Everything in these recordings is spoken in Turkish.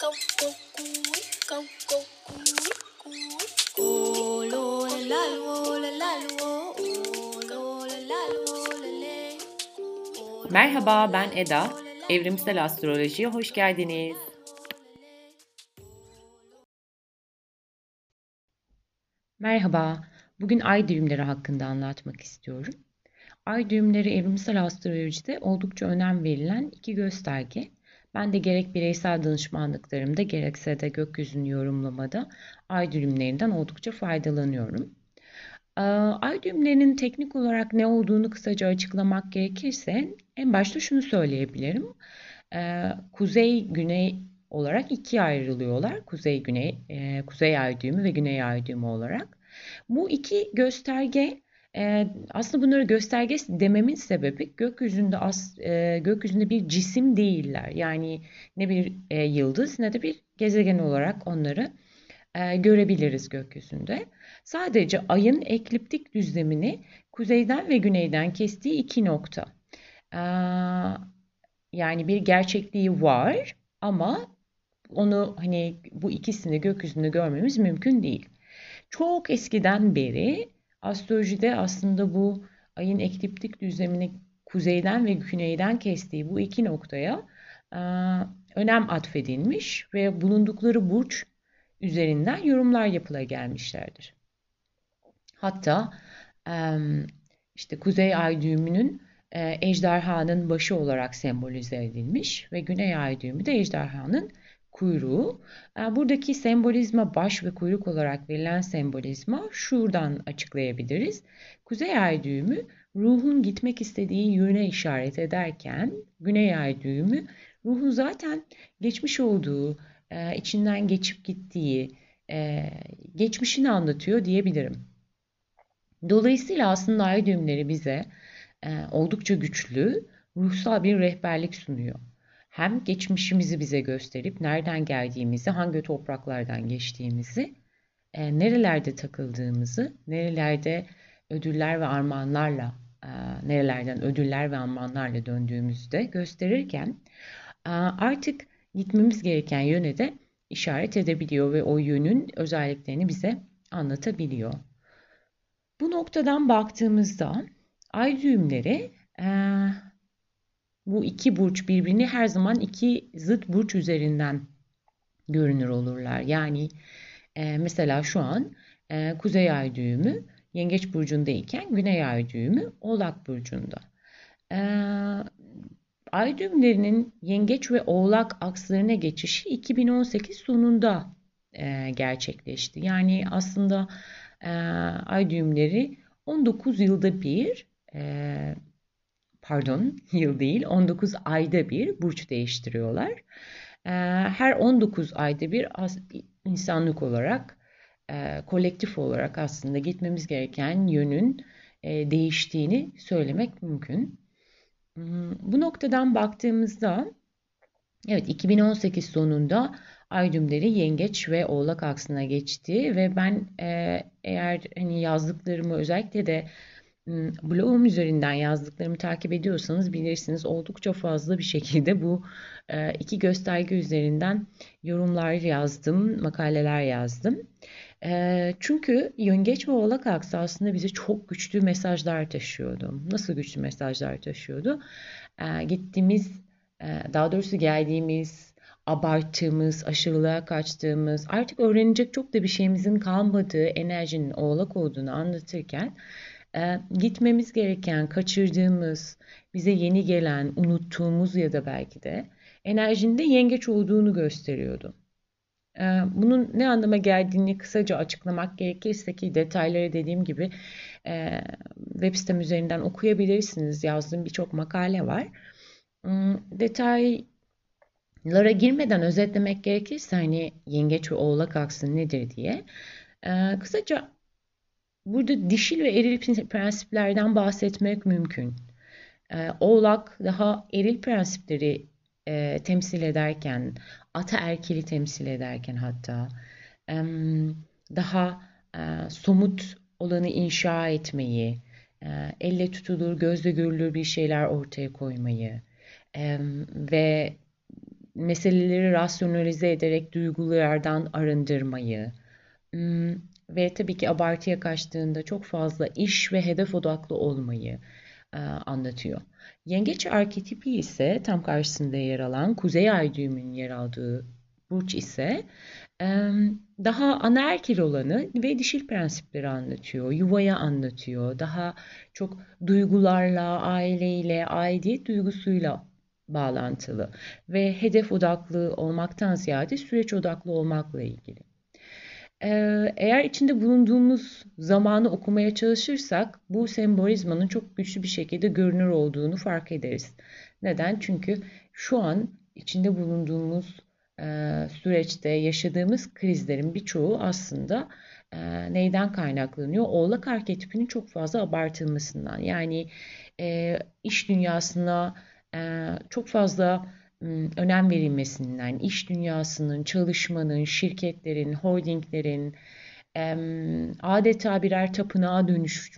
Merhaba, ben Eda. Evrimsel Astroloji'ye hoş geldiniz. Merhaba, bugün ay düğümleri hakkında anlatmak istiyorum. Ay düğümleri evrimsel astrolojide oldukça önem verilen iki gösterge. Ben de gerek bireysel danışmanlıklarımda gerekse de gökyüzünü yorumlamada ay düğümlerinden oldukça faydalanıyorum. Ay düğümlerinin teknik olarak ne olduğunu kısaca açıklamak gerekirse en başta şunu söyleyebilirim. Kuzey-güney olarak ikiye ayrılıyorlar. Kuzey-güney, kuzey ay düğümü ve güney ay düğümü olarak. Bu iki gösterge aslında bunları gösterge dememin sebebi gökyüzünde bir cisim değiller. Yani ne bir yıldız ne de bir gezegen olarak onları görebiliriz gökyüzünde. Sadece ayın ekliptik düzlemini kuzeyden ve güneyden kestiği iki nokta. Ee, Yani bir gerçekliği var ama onu hani bu ikisini gökyüzünde görmemiz mümkün değil. Çok eskiden beri astrolojide aslında bu ayın ekliptik düzlemini kuzeyden ve güneyden kestiği bu iki noktaya e, önem atfedilmiş ve bulundukları burç üzerinden yorumlar yapıla gelmişlerdir. Hatta işte Kuzey Ay düğümünün ejderhanın başı olarak sembolize edilmiş ve Güney Ay düğümü de ejderhanın kuyruğu. Buradaki sembolizma baş ve kuyruk olarak verilen sembolizma şuradan açıklayabiliriz. Kuzey Ay düğümü ruhun gitmek istediği yöne işaret ederken Güney Ay düğümü ruhun zaten geçmiş olduğu, içinden geçip gittiği, geçmişini anlatıyor diyebilirim. Dolayısıyla aslında ay düğümleri bize oldukça güçlü, ruhsal bir rehberlik sunuyor. Hem geçmişimizi bize gösterip nereden geldiğimizi, hangi topraklardan geçtiğimizi, nerelerde takıldığımızı, ödüller ve armağanlarla, nerelerden ödüller ve armağanlarla döndüğümüzü de gösterirken artık gitmemiz gereken yöne de işaret edebiliyor ve o yönün özelliklerini bize anlatabiliyor. Bu noktadan baktığımızda ay düğümleri bu iki burç birbirini her zaman iki zıt burç üzerinden görünür olurlar. Yani mesela şu an Kuzey Ay düğümü Yengeç burcundayken Güney Ay düğümü Oğlak burcunda. E, Ay düğümlerinin Yengeç ve Oğlak akslarına geçişi 2018 sonunda gerçekleşti. Yani aslında ay düğümleri 19 yılda bir, pardon yıl değil 19 ayda bir burç değiştiriyorlar. Her 19 ayda bir insanlık olarak, kolektif olarak aslında gitmemiz gereken yönün değiştiğini söylemek mümkün. Bu noktadan baktığımızda evet 2018 sonunda ay düğümleri Yengeç ve Oğlak aksına geçti ve ben eğer hani yazdıklarımı özellikle de blogum üzerinden yazdıklarımı takip ediyorsanız bilirsiniz oldukça fazla bir şekilde bu iki gösterge üzerinden yorumlar yazdım, makaleler yazdım. Çünkü Yengeç ve Oğlak aksı aslında bize çok güçlü mesajlar taşıyordu. Nasıl güçlü mesajlar taşıyordu? Gittiğimiz Daha doğrusu geldiğimiz, abarttığımız, aşırılığa kaçtığımız, artık öğrenecek çok da bir şeyimizin kalmadığı enerjinin oğlak olduğunu anlatırken gitmemiz gereken, kaçırdığımız, bize yeni gelen, unuttuğumuz ya da belki de enerjinin de yengeç olduğunu gösteriyordu. Bunun ne anlama geldiğini kısaca açıklamak gerekirse ki detayları dediğim gibi web sitem üzerinden okuyabilirsiniz. Yazdığım birçok makale var. Detaylara girmeden özetlemek gerekirse hani yengeç ve oğlak aksı nedir diye. Kısaca burada dişil ve eril prensiplerden bahsetmek mümkün. Oğlak daha eril prensipleri temsil ederken, ataerkili temsil ederken hatta daha somut olanı inşa etmeyi, elle tutulur, gözle görülür bir şeyler ortaya koymayı ve meseleleri rasyonalize ederek duygulardan arındırmayı, hmm, ve tabii ki abartıya kaçtığında çok fazla iş ve hedef odaklı olmayı anlatıyor. Yengeç arketipi ise tam karşısında yer alan Kuzey Ay düğümünün yer aldığı burç ise daha anaerkil olanı ve dişil prensipleri anlatıyor, yuvayı anlatıyor. Daha çok duygularla, aileyle, aidiyet duygusuyla bağlantılı ve hedef odaklı olmaktan ziyade süreç odaklı olmakla ilgili. Eğer içinde bulunduğumuz zamanı okumaya çalışırsak bu sembolizmanın çok güçlü bir şekilde görünür olduğunu fark ederiz. Neden? Çünkü şu an içinde bulunduğumuz süreçte yaşadığımız krizlerin birçoğu aslında neyden kaynaklanıyor? Oğlak arketipinin çok fazla abartılmasından. Yani iş dünyasına çok fazla önem verilmesinden, iş dünyasının, çalışmanın, şirketlerin, holdinglerin adeta birer tapınağa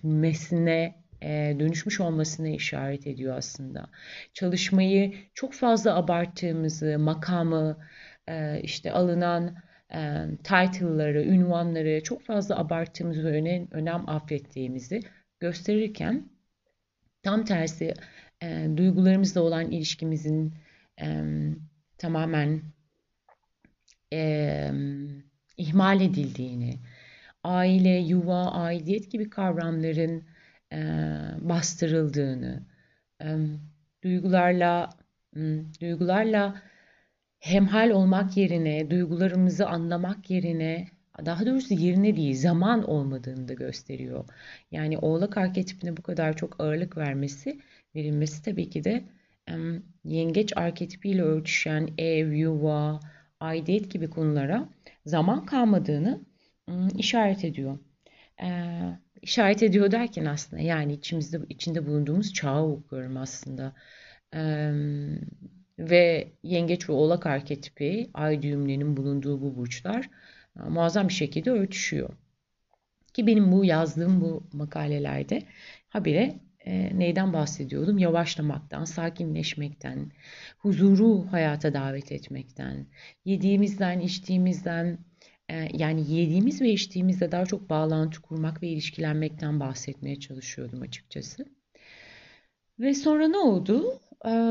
dönüşmüş olmasına işaret ediyor aslında. Çalışmayı çok fazla abarttığımızı, makamı, işte alınan title'ları, ünvanları çok fazla abarttığımızı ve önem atfettiğimizi gösterirken tam tersi duygularımızla olan ilişkimizin e, tamamen e, ihmal edildiğini, aile, yuva, aidiyet gibi kavramların e, bastırıldığını, e, duygularla duygularla hemhal olmak yerine, duygularımızı anlamak yerine, daha doğrusu yerine değil, zaman olmadığını da gösteriyor. Yani Oğlak arketipine bu kadar çok ağırlık verilmesi tabii ki de Yengeç arketipiyle örtüşen ev, yuva, aidiyet gibi konulara zaman kalmadığını işaret ediyor. İşaret ediyor derken aslında yani içinde bulunduğumuz çağı okuyorum aslında. Eee, Ve yengeç ve oğlak arketipi ay düğümlerinin bulunduğu bu burçlar muazzam bir şekilde örtüşüyor. Ki benim bu yazdığım bu makalelerde habire neyden bahsediyordum? Yavaşlamaktan, sakinleşmekten, huzuru hayata davet etmekten, yediğimizden, içtiğimizden, yani yediğimiz ve içtiğimizde daha çok bağlantı kurmak ve ilişkilenmekten bahsetmeye çalışıyordum açıkçası. Ve sonra ne oldu?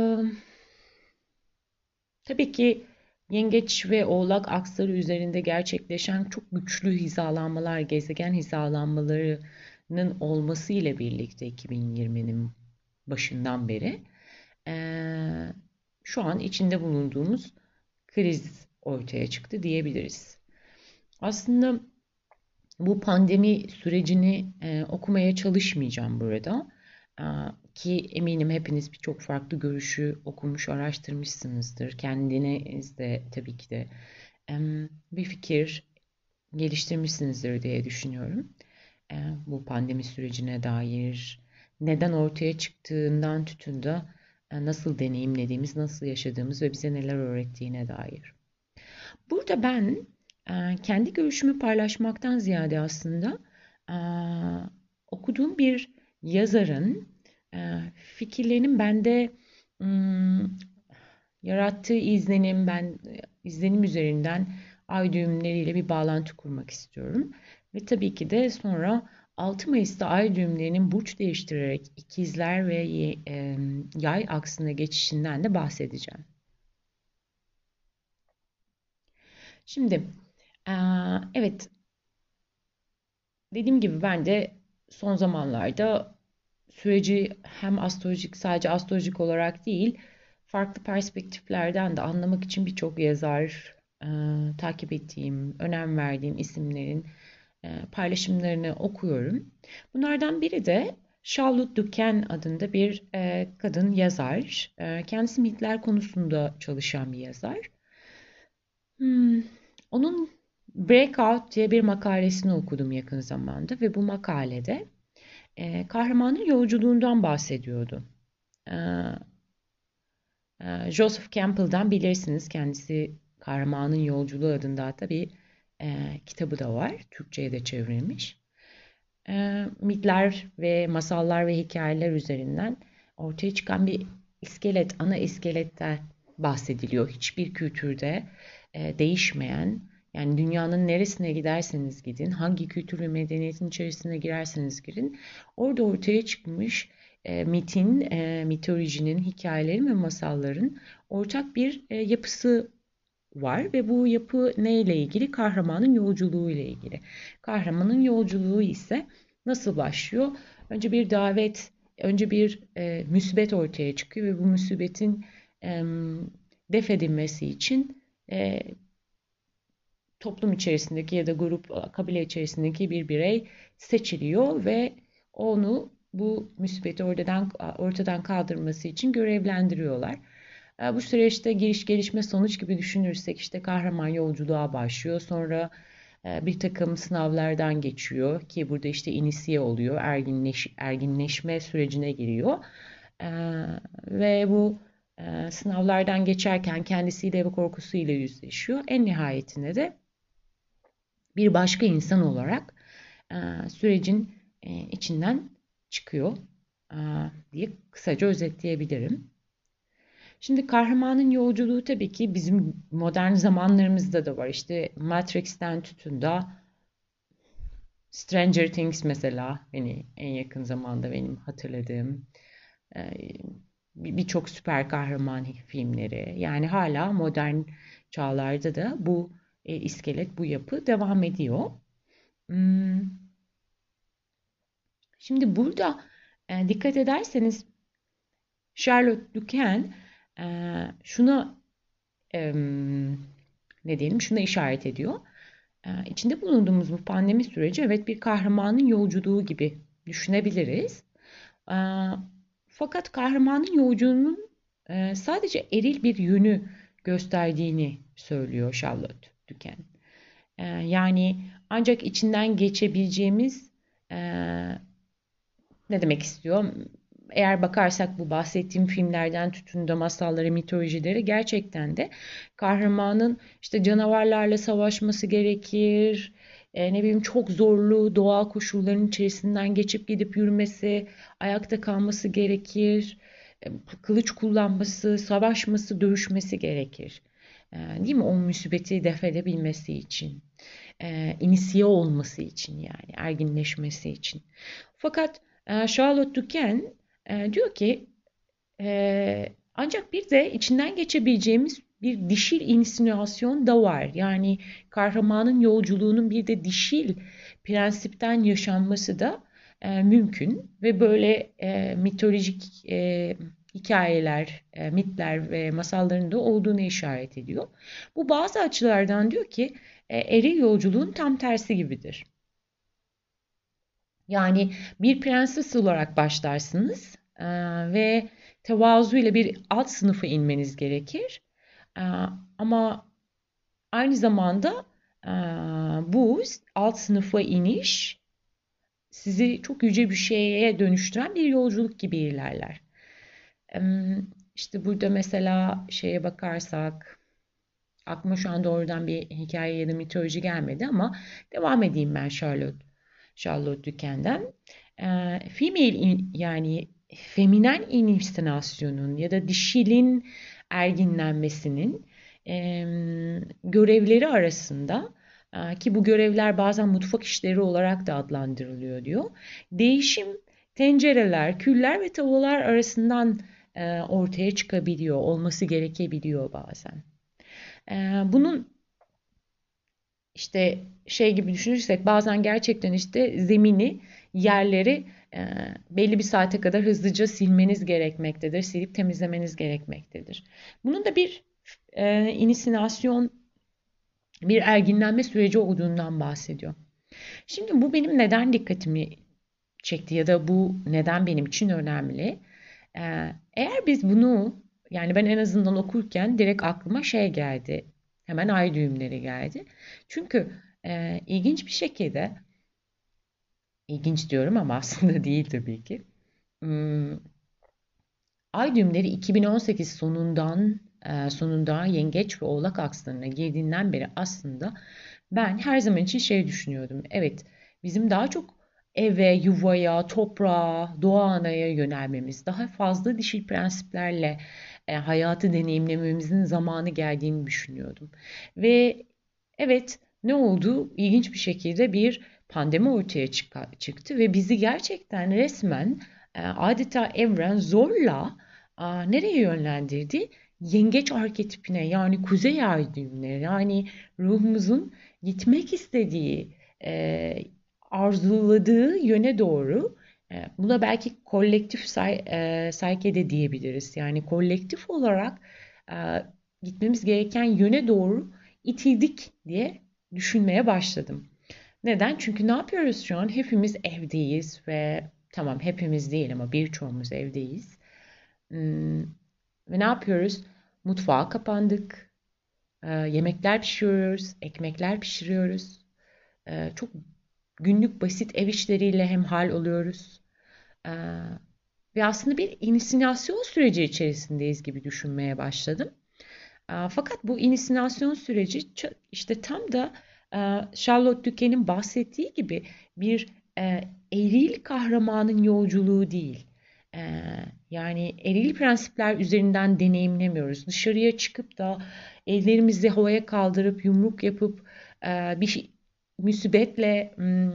Tabii ki Yengeç ve Oğlak aksları üzerinde gerçekleşen çok güçlü hizalanmalar, gezegen hizalanmalarının olması ile birlikte 2020'nin başından beri şu an içinde bulunduğumuz kriz ortaya çıktı diyebiliriz. Aslında bu pandemi sürecini okumaya çalışmayacağım burada. E, Ki eminim hepiniz birçok farklı görüşü okumuş, araştırmışsınızdır. Kendiniz de tabii ki de bir fikir geliştirmişsinizdir diye düşünüyorum. Bu pandemi sürecine dair neden ortaya çıktığından tutun da nasıl deneyimlediğimiz, nasıl yaşadığımız ve bize neler öğrettiğine dair. Burada ben kendi görüşümü paylaşmaktan ziyade aslında e, okuduğum bir yazarın fikirlerinin bende ım, yarattığı izlenim üzerinden ay düğümleriyle bir bağlantı kurmak istiyorum. Ve tabii ki de sonra 6 Mayıs'ta ay düğümlerinin burç değiştirerek ikizler ve yay aksına geçişinden de bahsedeceğim. Şimdi evet, dediğim gibi ben de son zamanlarda süreci hem sadece astrolojik olarak değil, farklı perspektiflerden de anlamak için birçok yazar, takip ettiğim, önem verdiğim isimlerin paylaşımlarını okuyorum. Bunlardan biri de Charlotte Duquesne adında bir kadın yazar. Kendisi mitler konusunda çalışan bir yazar. Hmm, Onun Breakout diye bir makalesini okudum yakın zamanda ve bu makalede kahramanın yolculuğundan bahsediyordu. E, Joseph Campbell'dan bilirsiniz, kendisi Kahramanın Yolculuğu adında hatta bir kitabı da var. Türkçe'ye de çevrilmiş. Mitler ve masallar ve hikayeler üzerinden ortaya çıkan bir ana iskeletten bahsediliyor. Hiçbir kültürde değişmeyen, yani dünyanın neresine giderseniz gidin, hangi kültür ve medeniyetin içerisine girerseniz girin, orada ortaya çıkmış mitolojinin, hikayelerin ve masalların ortak bir yapısı var ve bu yapı neyle ilgili? Kahramanın yolculuğu ile ilgili. Kahramanın yolculuğu ise nasıl başlıyor? Önce bir davet, önce bir musibet ortaya çıkıyor ve bu musibetin e, def edilmesi için toplum içerisindeki ya da grup, kabile içerisindeki bir birey seçiliyor ve onu bu musibeti ortadan kaldırması için görevlendiriyorlar. Bu süreçte giriş gelişme sonuç gibi düşünürsek işte kahraman yolculuğa başlıyor. Sonra bir takım sınavlardan geçiyor ki burada işte inisiye oluyor, erginleşme sürecine giriyor. E, Ve bu sınavlardan geçerken kendisiyle ve korkusuyla yüzleşiyor. En nihayetinde de bir başka insan olarak sürecin içinden çıkıyor diye kısaca özetleyebilirim. Şimdi kahramanın yolculuğu tabii ki bizim modern zamanlarımızda da var. İşte Matrix'ten tutun da Stranger Things mesela hani en yakın zamanda benim hatırladığım e, birçok süper kahraman filmleri. Yani hala modern çağlarda da bu iskelet, bu yapı devam ediyor. Hmm, Şimdi burada dikkat ederseniz Charlotte Duquesne şuna ne diyelim şuna işaret ediyor. İçinde bulunduğumuz bu pandemi süreci evet bir kahramanın yolculuğu gibi düşünebiliriz. Fakat kahramanın yolculuğunun sadece eril bir yönü gösterdiğini söylüyor Charlotte Duquesne. Yani ancak içinden geçebileceğimiz ne demek istiyor? Eğer bakarsak bu bahsettiğim filmlerden tutun da masallara, mitolojilere gerçekten de kahramanın işte canavarlarla savaşması gerekir. Ne bileyim çok zorlu doğal koşulların içerisinden geçip gidip yürümesi, ayakta kalması gerekir. Kılıç kullanması, savaşması, dövüşmesi gerekir. Değil mi? O musibeti def edebilmesi için. İnisiye olması için yani erginleşmesi için. Fakat Charlotte Duquesne diyor ki ancak bir de içinden geçebileceğimiz bir dişil insinüasyon da var. Yani kahramanın yolculuğunun bir de dişil prensipten yaşanması da mümkün ve böyle mitolojik hikayeler, mitler ve masalların da olduğunu işaret ediyor. Bu bazı açılardan diyor ki eril yolculuğun tam tersi gibidir. Yani bir prenses olarak başlarsınız ve tevazu ile bir alt sınıfa inmeniz gerekir. Eee, Ama aynı zamanda eee, bu alt sınıfa iniş sizi çok yüce bir şeye dönüştüren bir yolculuk gibi ilerler. İşte burada mesela şeye bakarsak aklıma şu an doğrudan bir hikaye ya da mitoloji gelmedi ama devam edeyim ben Charlotte Duquesne'den. Yani feminen inistinasyonun ya da dişilin erginlenmesinin görevleri arasında ki bu görevler bazen mutfak işleri olarak da adlandırılıyor diyor. Değişim tencereler, küller ve tavalar arasından ortaya çıkabiliyor, olması gerekebiliyor bazen. Bunun işte şey gibi düşünürsek bazen gerçekten işte zemini, yerleri belli bir saate kadar hızlıca silmeniz gerekmektedir. Silip temizlemeniz gerekmektedir. Bunun da bir inisinasyon, bir erginlenme süreci olduğundan bahsediyor. Şimdi bu benim neden dikkatimi çekti ya da bu neden benim için önemli? Eğer biz bunu yani ben en azından okurken direkt aklıma şey geldi. Hemen ay düğümleri geldi. Çünkü ilginç bir şekilde ilginç diyorum ama aslında değil tabii ki. Hmm, Ay düğümleri 2018 sonunda Yengeç ve Oğlak akslarına girdiğinden beri aslında ben her zaman için şey düşünüyordum. Evet, bizim daha çok eve, yuvaya, toprağa, doğa anaya yönelmemiz, daha fazla dişil prensiplerle hayatı deneyimlememizin zamanı geldiğini düşünüyordum. Ve evet, ne oldu? İlginç bir şekilde bir pandemi ortaya çıktı ve bizi gerçekten resmen adeta evren zorla nereye yönlendirdi? Yengeç arketipine, yani kuzey ay düğümüne, yani ruhumuzun gitmek istediği, arzuladığı yöne doğru. Buna belki kolektif sayke de diyebiliriz. Yani kolektif olarak e, gitmemiz gereken yöne doğru itildik diye düşünmeye başladım. Neden? Çünkü ne yapıyoruz şu an? Hepimiz evdeyiz ve tamam, hepimiz değil ama birçoğumuz evdeyiz. Hmm, Ve ne yapıyoruz? Mutfağa kapandık. Yemekler pişiriyoruz, ekmekler pişiriyoruz. Çok günlük basit ev işleriyle hemhal oluyoruz. Ee, Ve aslında bir inisinyasyon süreci içerisindeyiz gibi düşünmeye başladım. Fakat bu inisinyasyon süreci işte tam da Charlotte Duquesne'in bahsettiği gibi bir eril kahramanın yolculuğu değil. E, Yani eril prensipler üzerinden deneyimlemiyoruz. Dışarıya çıkıp da ellerimizi havaya kaldırıp yumruk yapıp bir müsibetle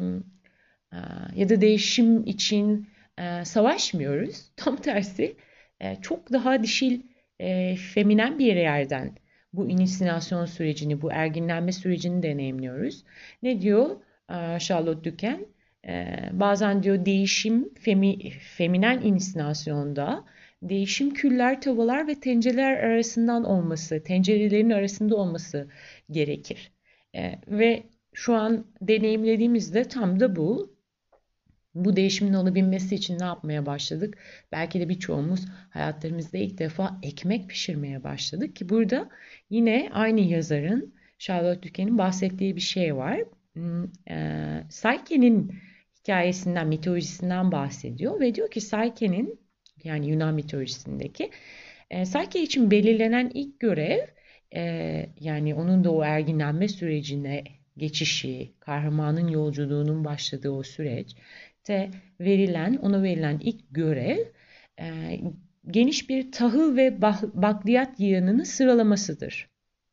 ya da değişim için savaşmıyoruz. Tam tersi çok daha dişil, feminen bir yerden bu inisinyasyon sürecini, bu erginlenme sürecini deneyimliyoruz. Ne diyor Charlotte Duquesne? Bazen diyor değişim feminen inisiyasyonda değişim küller, tavalar ve tencereler arasından olması, tencerelerin arasında olması gerekir. Ve şu an deneyimlediğimizde tam da bu. Bu değişimin olabilmesi için ne yapmaya başladık? Belki de birçoğumuz hayatlarımızda ilk defa ekmek pişirmeye başladık ki burada yine aynı yazarın, Charlotte Duquesne'in bahsettiği bir şey var. Psyche'nin hikayesinden, mitolojisinden bahsediyor ve diyor ki Psyche'nin, yani Yunan mitolojisindeki Psyche için belirlenen ilk görev, yani onun da o erginlenme sürecine geçişi, kahramanın yolculuğunun başladığı o süreç ona verilen ilk görev e, geniş bir tahıl ve bakliyat yığınını sıralamasıdır.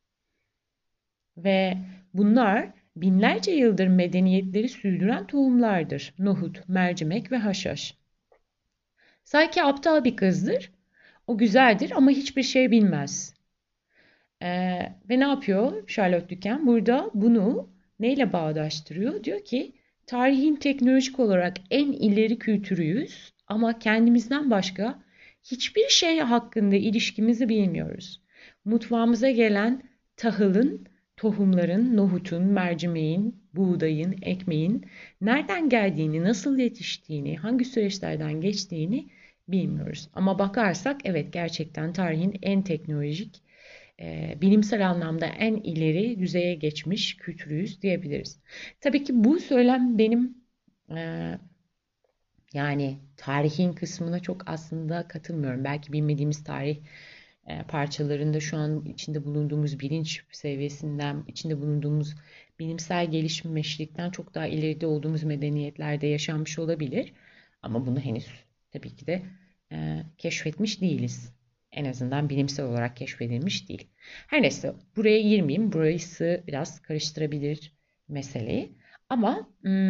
Ve bunlar binlerce yıldır medeniyetleri sürdüren tohumlardır. Nohut, mercimek ve haşhaş. Psyche aptal bir kızdır. O güzeldir ama hiçbir şey bilmez. Ve ne yapıyor Charlotte Duquesne? Burada bunu neyle bağdaştırıyor? Diyor ki tarihin teknolojik olarak en ileri kültürüyüz ama kendimizden başka hiçbir şey hakkında ilişkimizi bilmiyoruz. Mutfağımıza gelen tahılın, tohumların, nohutun, mercimeğin, buğdayın, ekmeğin nereden geldiğini, nasıl yetiştiğini, hangi süreçlerden geçtiğini bilmiyoruz. Ama bakarsak evet, gerçekten tarihin en teknolojik, bilimsel anlamda en ileri düzeye geçmiş kültürüyüz diyebiliriz. Tabii ki bu söylem benim e, yani tarihin kısmına çok aslında katılmıyorum. Belki bilmediğimiz tarih parçalarında şu an içinde bulunduğumuz bilinç seviyesinden, içinde bulunduğumuz bilimsel gelişmişlikten çok daha ileride olduğumuz medeniyetlerde yaşanmış olabilir. Ama bunu henüz tabii ki de keşfetmiş değiliz. En azından bilimsel olarak keşfedilmiş değil. Her neyse, buraya girmeyeyim. Burası biraz karıştırabilir meseleyi. Ama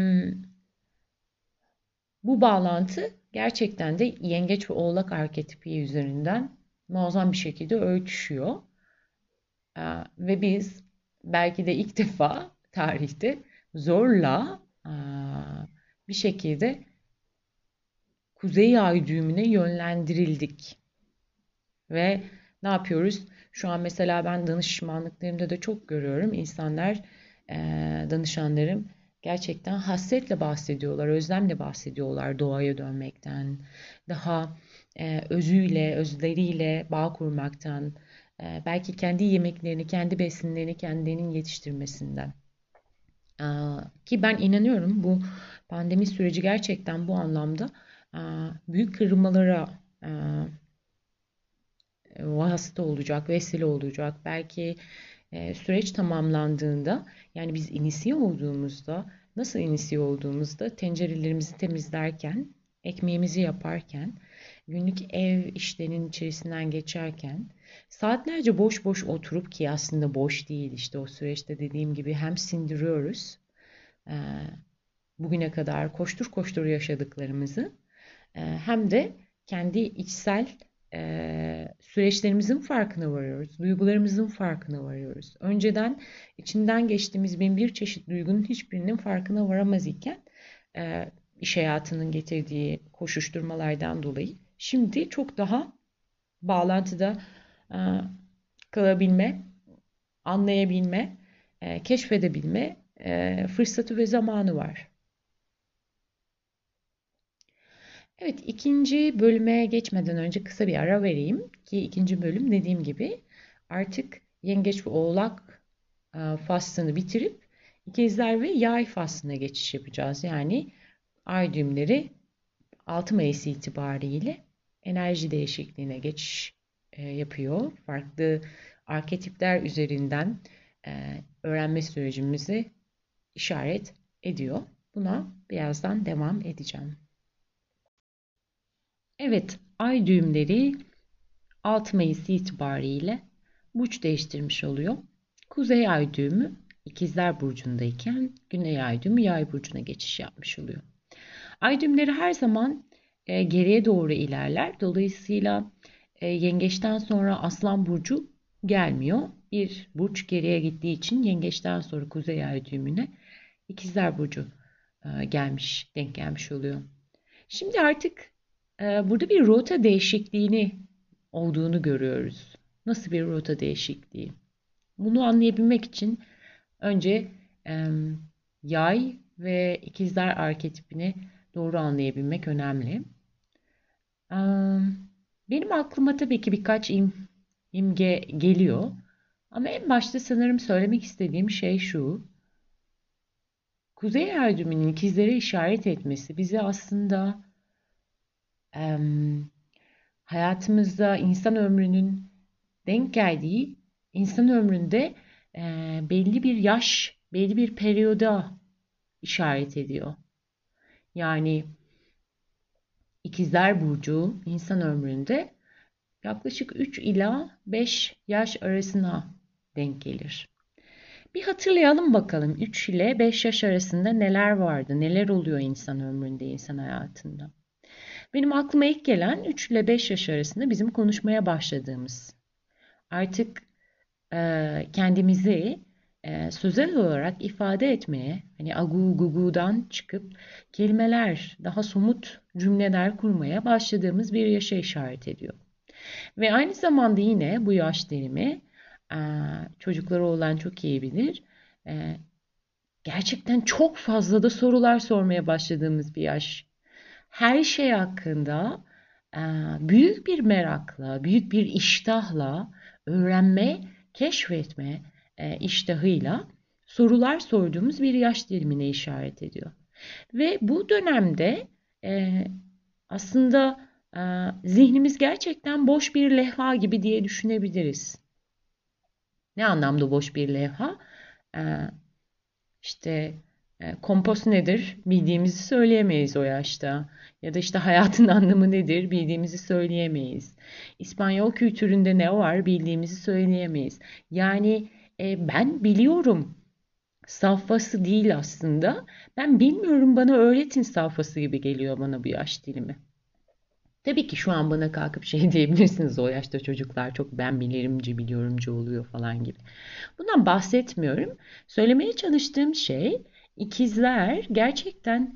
bu bağlantı gerçekten de yengeç ve oğlak arketipi üzerinden muazzam bir şekilde örtüşüyor. Ve biz belki de ilk defa tarihte zorla bir şekilde kuzey ay düğümüne yönlendirildik. Ve ne yapıyoruz? Şu an mesela ben danışmanlıklarımda da çok görüyorum. İnsanlar, danışanlarım gerçekten hasretle bahsediyorlar, özlemle bahsediyorlar doğaya dönmekten, daha özüyle, özleriyle bağ kurmaktan, belki kendi yemeklerini, kendi besinlerini kendilerinin yetiştirmesinden. Ki ben inanıyorum bu pandemi süreci gerçekten bu anlamda büyük kırılmalara vasıta olacak, vesile olacak. Belki süreç tamamlandığında, yani biz inisiye olduğumuzda, nasıl inisiye olduğumuzda tencerelerimizi temizlerken, ekmeğimizi yaparken günlük ev işlerinin içerisinden geçerken saatlerce boş boş oturup, ki aslında boş değil, işte o süreçte dediğim gibi hem sindiriyoruz e, bugüne kadar koştur koştur yaşadıklarımızı, hem de kendi içsel süreçlerimizin farkına varıyoruz, duygularımızın farkına varıyoruz. Önceden içinden geçtiğimiz bin bir çeşit duygunun hiçbirinin farkına varamaz iken, iş hayatının getirdiği koşuşturmalardan dolayı şimdi çok daha bağlantıda e, kalabilme, anlayabilme, keşfedebilme fırsatı ve zamanı var. Evet, ikinci bölüme geçmeden önce kısa bir ara vereyim ki ikinci bölüm, dediğim gibi, artık Yengeç ve Oğlak faslını bitirip İkizler ve Yay faslına geçiş yapacağız. Yani ay düğümleri 6 Mayıs itibariyle enerji değişikliğine geçiş yapıyor. Farklı arketipler üzerinden öğrenme sürecimizi işaret ediyor. Buna birazdan devam edeceğim. Evet, ay düğümleri 6 Mayıs itibariyle burç değiştirmiş oluyor. Kuzey ay düğümü İkizler burcundayken Güney ay düğümü Yay burcuna geçiş yapmış oluyor. Ay düğümleri her zaman geriye doğru ilerler. Dolayısıyla Yengeçten sonra Aslan burcu gelmiyor. Bir burç geriye gittiği için Yengeçten sonra Kuzey ay düğümüne İkizler burcu denk gelmiş oluyor. Şimdi artık burada bir rota değişikliğini olduğunu görüyoruz. Nasıl bir rota değişikliği? Bunu anlayabilmek için önce yay ve ikizler arketipini doğru anlayabilmek önemli. Benim aklıma tabii ki birkaç imge geliyor. Ama en başta sanırım söylemek istediğim şey şu. Kuzey ay düğümünün ikizlere işaret etmesi bize aslında em, hayatımızda insan ömrünün denk geldiği, insan ömründe belli bir yaş, belli bir periyoda işaret ediyor. Yani İkizler Burcu insan ömründe yaklaşık 3 ila 5 yaş arasına denk gelir. Bir hatırlayalım bakalım, 3 ile 5 yaş arasında neler vardı, neler oluyor insan ömründe, insan hayatında. Benim aklıma ilk gelen 3 ile 5 yaş arasında bizim konuşmaya başladığımız, artık kendimizi sözel olarak ifade etmeye, hani agu gugudan çıkıp kelimeler, daha somut cümleler kurmaya başladığımız bir yaşa işaret ediyor. Ve aynı zamanda yine bu yaş dilimi, çocukları olan çok iyi bilir, e, gerçekten çok fazla da sorular sormaya başladığımız bir yaş. Her şey hakkında büyük bir merakla, büyük bir iştahla öğrenme, keşfetme iştahıyla sorular sorduğumuz bir yaş dilimine işaret ediyor. Ve bu dönemde e, aslında zihnimiz gerçekten boş bir levha gibi diye düşünebiliriz. Ne anlamda boş bir levha? E, işte kompost nedir bildiğimizi söyleyemeyiz o yaşta. Ya da işte hayatın anlamı nedir bildiğimizi söyleyemeyiz. İspanyol kültüründe ne var bildiğimizi söyleyemeyiz. Yani ben biliyorum safhası değil aslında. Ben bilmiyorum, bana öğretin safhası gibi geliyor bana bu yaş dilimi. Tabii ki şu an bana kalkıp şey diyebilirsiniz, o yaşta çocuklar çok ben bilirimci, biliyorumcu oluyor falan gibi. Bundan bahsetmiyorum. Söylemeye çalıştığım şey, ikizler gerçekten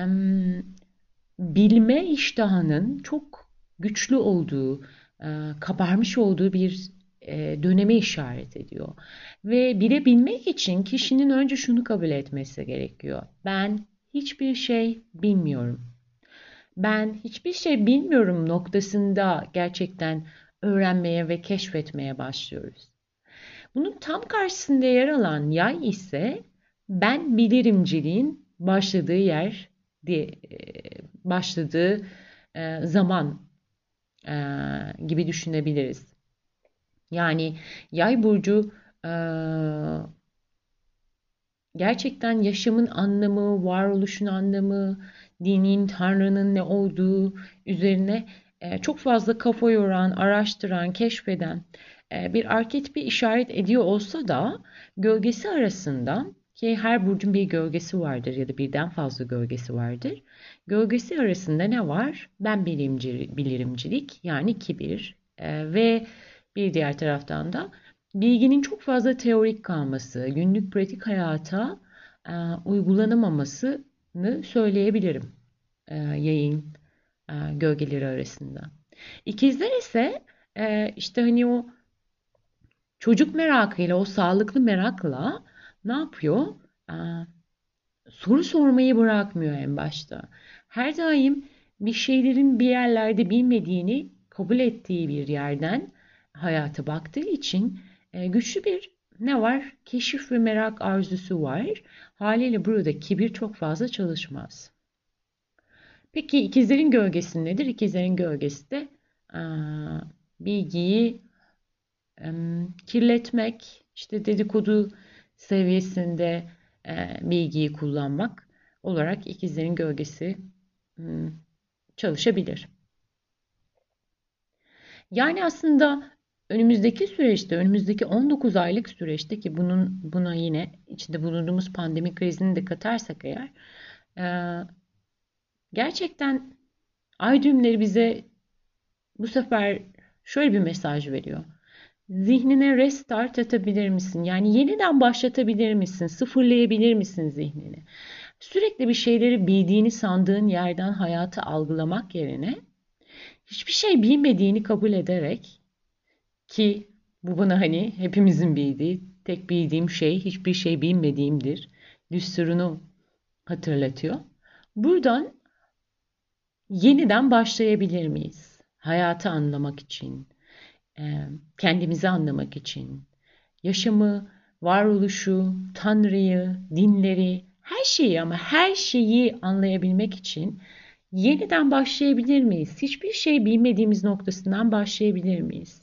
bilme iştahının çok güçlü olduğu, kabarmış olduğu bir döneme işaret ediyor. Ve bilebilmek için kişinin önce şunu kabul etmesi gerekiyor: ben hiçbir şey bilmiyorum. Ben hiçbir şey bilmiyorum noktasında gerçekten öğrenmeye ve keşfetmeye başlıyoruz. Bunun tam karşısında yer alan yay ise ben bilirimciliğin başladığı yer diye başladığı zaman gibi düşünebiliriz. Yani yay burcu gerçekten yaşamın anlamı, varoluşun anlamı, dinin, Tanrı'nın ne olduğu üzerine çok fazla kafa yoran, araştıran, keşfeden bir arketipi işaret ediyor olsa da gölgesi arasında, ki her burcun bir gölgesi vardır ya da birden fazla gölgesi vardır. Gölgesi arasında ne var? Ben bilirimcilik, yani kibir, ve bir diğer taraftan da bilginin çok fazla teorik kalması, günlük pratik hayata uygulanamamasını söyleyebilirim yayın gölgeleri arasında. İkizler ise işte hani o çocuk merakıyla, o sağlıklı merakla ne yapıyor? E, Soru sormayı bırakmıyor en başta. Her daim bir şeylerin bir yerlerde bilmediğini kabul ettiği bir yerden hayata baktığı için güçlü bir ne var? Keşif ve merak arzusu var. Haliyle burada kibir çok fazla çalışmaz. Peki ikizlerin gölgesi nedir? İkizlerin gölgesi de bilgiyi kirletmek, işte dedikodu seviyesinde bilgiyi kullanmak olarak ikizlerin gölgesi çalışabilir. Yani aslında önümüzdeki süreçte, önümüzdeki 19 aylık süreçte, ki buna yine içinde bulunduğumuz pandemi krizini de katarsak eğer, gerçekten ay düğümleri bize bu sefer şöyle bir mesaj veriyor. Zihnine restart atabilir misin? Yani yeniden başlatabilir misin? Sıfırlayabilir misin zihnini? Sürekli bir şeyleri bildiğini sandığın yerden hayatı algılamak yerine hiçbir şey bilmediğini kabul ederek, ki bu bana hani hepimizin bildiği, tek bildiğim şey hiçbir şey bilmediğimdir düsturunu hatırlatıyor. Buradan yeniden başlayabilir miyiz? Hayatı anlamak için, kendimizi anlamak için, yaşamı, varoluşu, Tanrı'yı, dinleri, her şeyi, ama her şeyi anlayabilmek için yeniden başlayabilir miyiz? Hiçbir şey bilmediğimiz noktasından başlayabilir miyiz?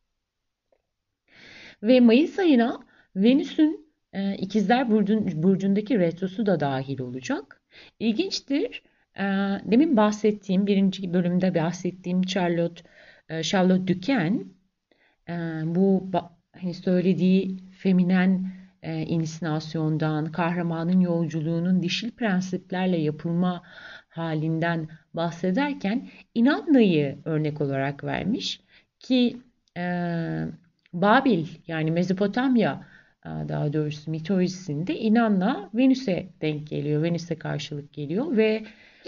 Ve Mayıs ayına Venüs'ün İkizler Burcu'ndaki retrosu da dahil olacak. İlginçtir. E, Demin bahsettiğim, birinci bölümde bahsettiğim Charlotte Duquesne, bu hani söylediği feminen insinasyondan, kahramanın yolculuğunun dişil prensiplerle yapılma halinden bahsederken İnanna'yı örnek olarak vermiş ki e, Babil, yani Mezopotamya, daha doğrusu mitolojisinde İnanna Venüs'e denk geliyor, Venüs'e karşılık geliyor ve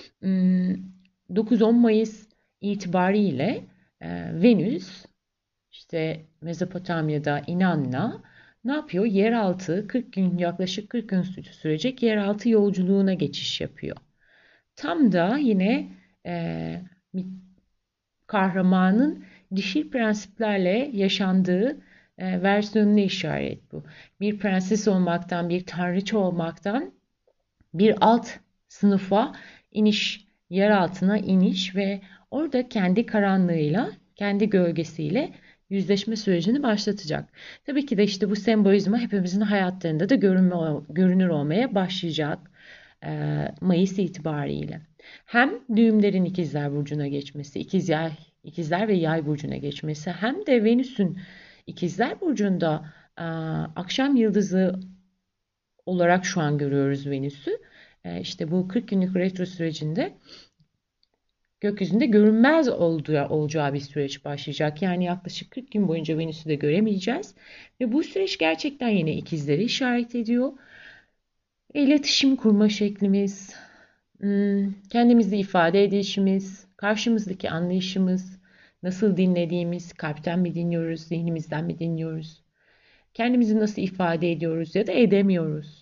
9-10 Mayıs itibariyle Venüs, işte Mezopotamya'da İnanna ne yapıyor? Yeraltı 40 gün, yaklaşık 40 gün sürecek yeraltı yolculuğuna geçiş yapıyor. Tam da yine e, kahramanın dişil prensiplerle yaşandığı versiyonuna işaret bu. Bir prenses olmaktan, bir tanrıça olmaktan bir alt sınıfa iniş, yer altına iniş ve orada kendi karanlığıyla, kendi gölgesiyle yüzleşme sürecini başlatacak. Tabii ki de işte bu sembolizma hepimizin hayatlarında da görünür olmaya başlayacak Mayıs itibariyle. Hem düğümlerin ikizler burcuna geçmesi, ikizler ve yay burcuna geçmesi, hem de Venüs'ün ikizler burcunda akşam yıldızı olarak şu an görüyoruz Venüs'ü. İşte bu 40 günlük retro sürecinde gökyüzünde görünmez olacağı bir süreç başlayacak. Yani yaklaşık 40 gün boyunca Venüs'ü de göremeyeceğiz. Ve bu süreç gerçekten yine ikizleri işaret ediyor. İletişim kurma şeklimiz, kendimizi ifade edişimiz, karşımızdaki anlayışımız, nasıl dinlediğimiz, kalpten mi dinliyoruz, zihnimizden mi dinliyoruz, kendimizi nasıl ifade ediyoruz ya da edemiyoruz.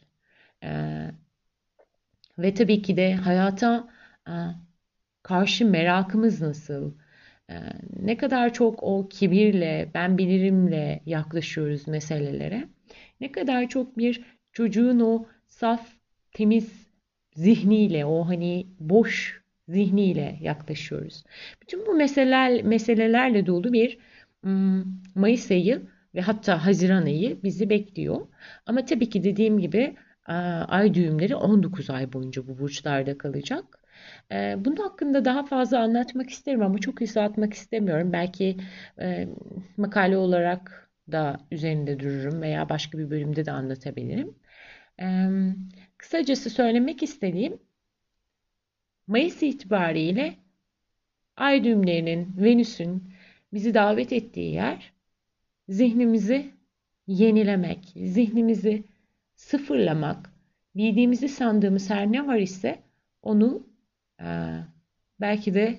Ve tabii ki de hayata karşı merakımız nasıl? Ne kadar çok o kibirle, ben bilirimle yaklaşıyoruz meselelere. Ne kadar çok bir çocuğun o saf, temiz zihniyle, o hani boş zihniyle yaklaşıyoruz. Bütün bu meselelerle dolu bir Mayıs ayı ve hatta Haziran ayı bizi bekliyor. Ama tabii ki dediğim gibi ay düğümleri 19 ay boyunca bu burçlarda kalacak. Bunun hakkında daha fazla anlatmak isterim ama çok hızlı atmak istemiyorum. Belki e, makale olarak da üzerinde dururum veya başka bir bölümde de anlatabilirim. E, Kısacası söylemek istediğim, Mayıs itibariyle ay düğümlerinin, Venüs'ün bizi davet ettiği yer, zihnimizi yenilemek, zihnimizi sıfırlamak, bildiğimizi sandığımız her ne var ise onu e, belki de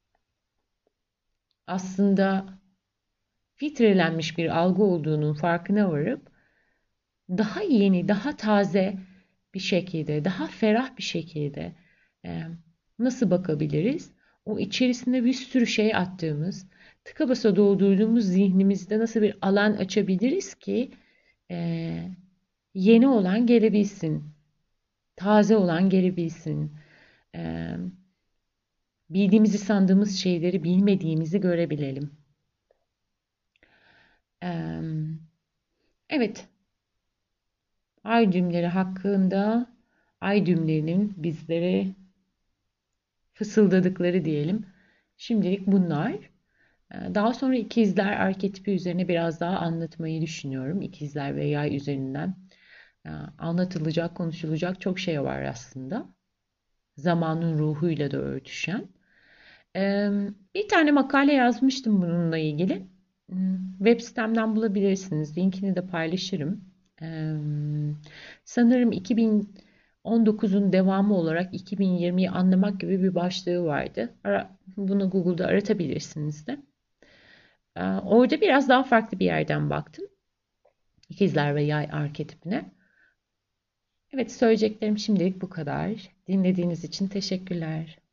aslında filtrelenmiş bir algı olduğunun farkına varıp daha yeni, daha taze bir şekilde, daha ferah bir şekilde e, nasıl bakabiliriz? O içerisinde bir sürü şey attığımız, tıka basa doldurduğumuz zihnimizde nasıl bir alan açabiliriz ki e, yeni olan gelebilsin, taze olan gelebilsin, e, bildiğimizi sandığımız şeyleri bilmediğimizi görebilelim. E, evet, ay düğümleri hakkında, ay düğümlerinin bizlere fısıldadıkları diyelim. Şimdilik bunlar. Daha sonra ikizler arketipi üzerine biraz daha anlatmayı düşünüyorum. İkizler ve yay üzerinden anlatılacak, konuşulacak çok şey var aslında. Zamanın ruhuyla da örtüşen. Bir tane makale yazmıştım bununla ilgili. Web sitemden bulabilirsiniz. Linkini de paylaşırım. Sanırım 2019'un devamı olarak 2020'yi anlamak gibi bir başlığı vardı. Bunu Google'da aratabilirsiniz de. Orada biraz daha farklı bir yerden baktım. İkizler ve Yay arketipine. Evet, söyleyeceklerim şimdilik bu kadar. Dinlediğiniz için teşekkürler.